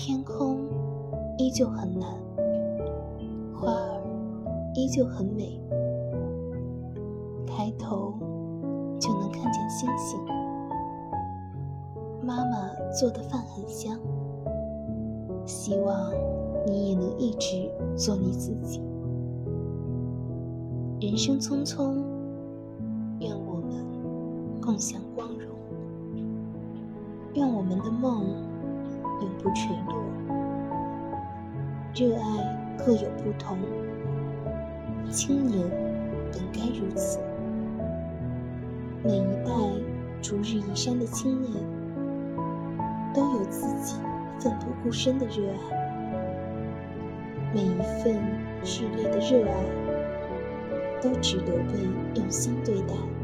天空依旧很蓝，花儿依旧很美，抬头就能看见星星。妈妈做的饭很香，希望你也能一直做你自己。人生匆匆，愿我们共享光荣，愿我们的梦永不垂落。热爱各有不同，青年本该如此。每一代逐日移山的青年，都有自己奋不顾身的热爱，每一份炽烈的热爱都值得被用心对待。